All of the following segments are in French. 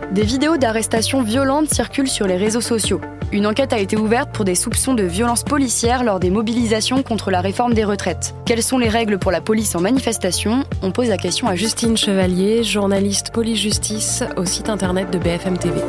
Des vidéos d'arrestations violentes circulent sur les réseaux sociaux. Une enquête a été ouverte pour des soupçons de violences policières lors des mobilisations contre la réforme des retraites. Quelles sont les règles pour la police en manifestation ? On pose la question à Justine Chevalier, journaliste police-justice au site internet de BFM TV.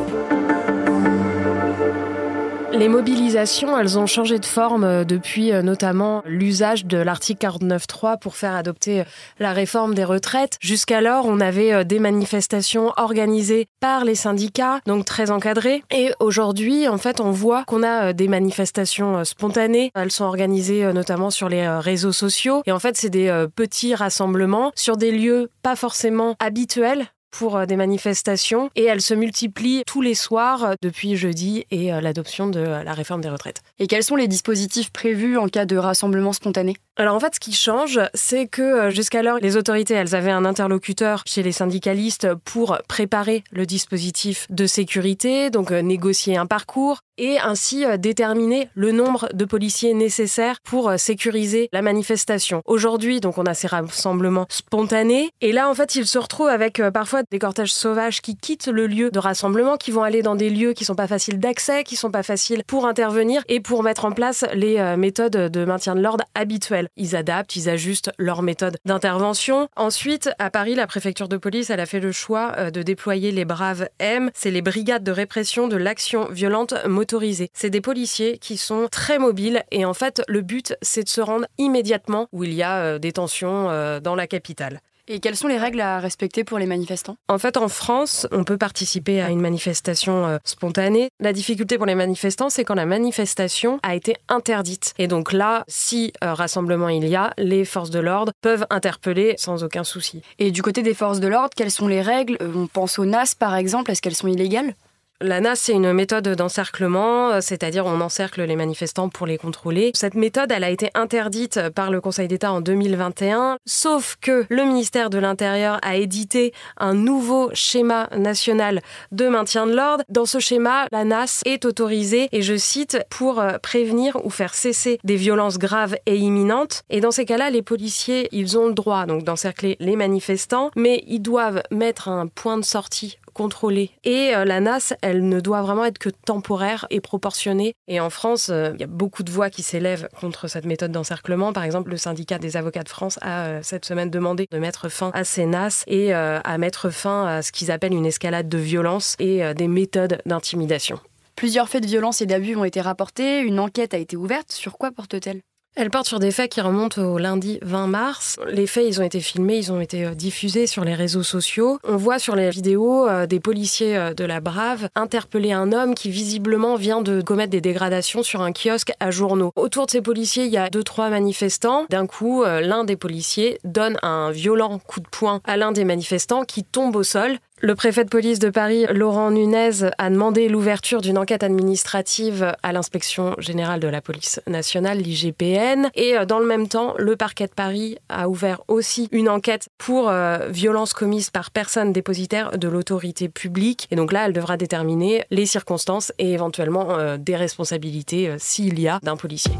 Les mobilisations, elles ont changé de forme depuis notamment l'usage de l'article 49.3 pour faire adopter la réforme des retraites. Jusqu'alors, on avait des manifestations organisées par les syndicats, donc très encadrées. Et aujourd'hui, en fait, on voit qu'on a des manifestations spontanées. Elles sont organisées notamment sur les réseaux sociaux. Et en fait, c'est des petits rassemblements sur des lieux pas forcément habituels pour des manifestations, et elles se multiplient tous les soirs depuis jeudi et l'adoption de la réforme des retraites. Et quels sont les dispositifs prévus en cas de rassemblement spontané ? Alors en fait, ce qui change, c'est que jusqu'alors, les autorités, elles avaient un interlocuteur chez les syndicalistes pour préparer le dispositif de sécurité, donc négocier un parcours et ainsi déterminer le nombre de policiers nécessaires pour sécuriser la manifestation. Aujourd'hui, donc on a ces rassemblements spontanés et là, en fait, ils se retrouvent avec parfois des cortèges sauvages qui quittent le lieu de rassemblement, qui vont aller dans des lieux qui sont pas faciles d'accès, qui sont pas faciles pour intervenir et pour mettre en place les méthodes de maintien de l'ordre habituelles. Ils adaptent, ils ajustent leur méthode d'intervention. Ensuite, à Paris, la préfecture de police, elle a fait le choix de déployer les Braves M. C'est les brigades de répression de l'action violente motorisée. C'est des policiers qui sont très mobiles et en fait, le but, c'est de se rendre immédiatement où il y a des tensions dans la capitale. Et quelles sont les règles à respecter pour les manifestants ? En fait, en France, on peut participer à une manifestation spontanée. La difficulté pour les manifestants, c'est quand la manifestation a été interdite. Et donc là, si rassemblement il y a, les forces de l'ordre peuvent interpeller sans aucun souci. Et du côté des forces de l'ordre, quelles sont les règles ? On pense aux NAS par exemple, est-ce qu'elles sont illégales ? La NAS, c'est une méthode d'encerclement, c'est-à-dire on encercle les manifestants pour les contrôler. Cette méthode, elle a été interdite par le Conseil d'État en 2021, sauf que le ministère de l'Intérieur a édité un nouveau schéma national de maintien de l'ordre. Dans ce schéma, la NAS est autorisée, et je cite, pour prévenir ou faire cesser des violences graves et imminentes. Et dans ces cas-là, les policiers, ils ont le droit donc d'encercler les manifestants, mais ils doivent mettre un point de sortie contrôlée. Et la NAS, elle ne doit vraiment être que temporaire et proportionnée. Et en France, il y a beaucoup de voix qui s'élèvent contre cette méthode d'encerclement. Par exemple, le syndicat des avocats de France a cette semaine demandé de mettre fin à ces NAS et à mettre fin à ce qu'ils appellent une escalade de violence et des méthodes d'intimidation. Plusieurs faits de violence et d'abus ont été rapportés. Une enquête a été ouverte. Sur quoi porte-t-elle ? Elle porte sur des faits qui remontent au lundi 20 mars. Les faits, ils ont été filmés, ils ont été diffusés sur les réseaux sociaux. On voit sur les vidéos des policiers de la Brave interpeller un homme qui visiblement vient de commettre des dégradations sur un kiosque à journaux. Autour de ces policiers, il y a 2-3 manifestants. D'un coup, l'un des policiers donne un violent coup de poing à l'un des manifestants qui tombe au sol. Le préfet de police de Paris, Laurent Nunez, a demandé l'ouverture d'une enquête administrative à l'inspection générale de la police nationale, l'IGPN. Et dans le même temps, le parquet de Paris a ouvert aussi une enquête pour violences commises par personne dépositaire de l'autorité publique. Et donc là, elle devra déterminer les circonstances et éventuellement des responsabilités, s'il y a, d'un policier.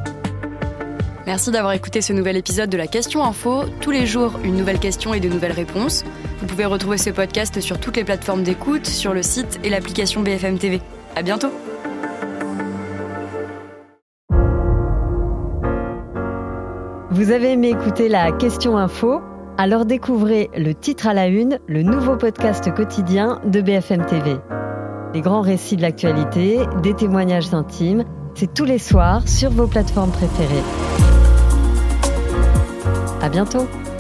Merci d'avoir écouté ce nouvel épisode de la Question Info. Tous les jours, une nouvelle question et de nouvelles réponses. Vous pouvez retrouver ce podcast sur toutes les plateformes d'écoute, sur le site et l'application BFM TV. À bientôt. Vous avez aimé écouter la Question Info ? Alors découvrez le titre à la une, le nouveau podcast quotidien de BFM TV. Les grands récits de l'actualité, des témoignages intimes, c'est tous les soirs sur vos plateformes préférées. À bientôt.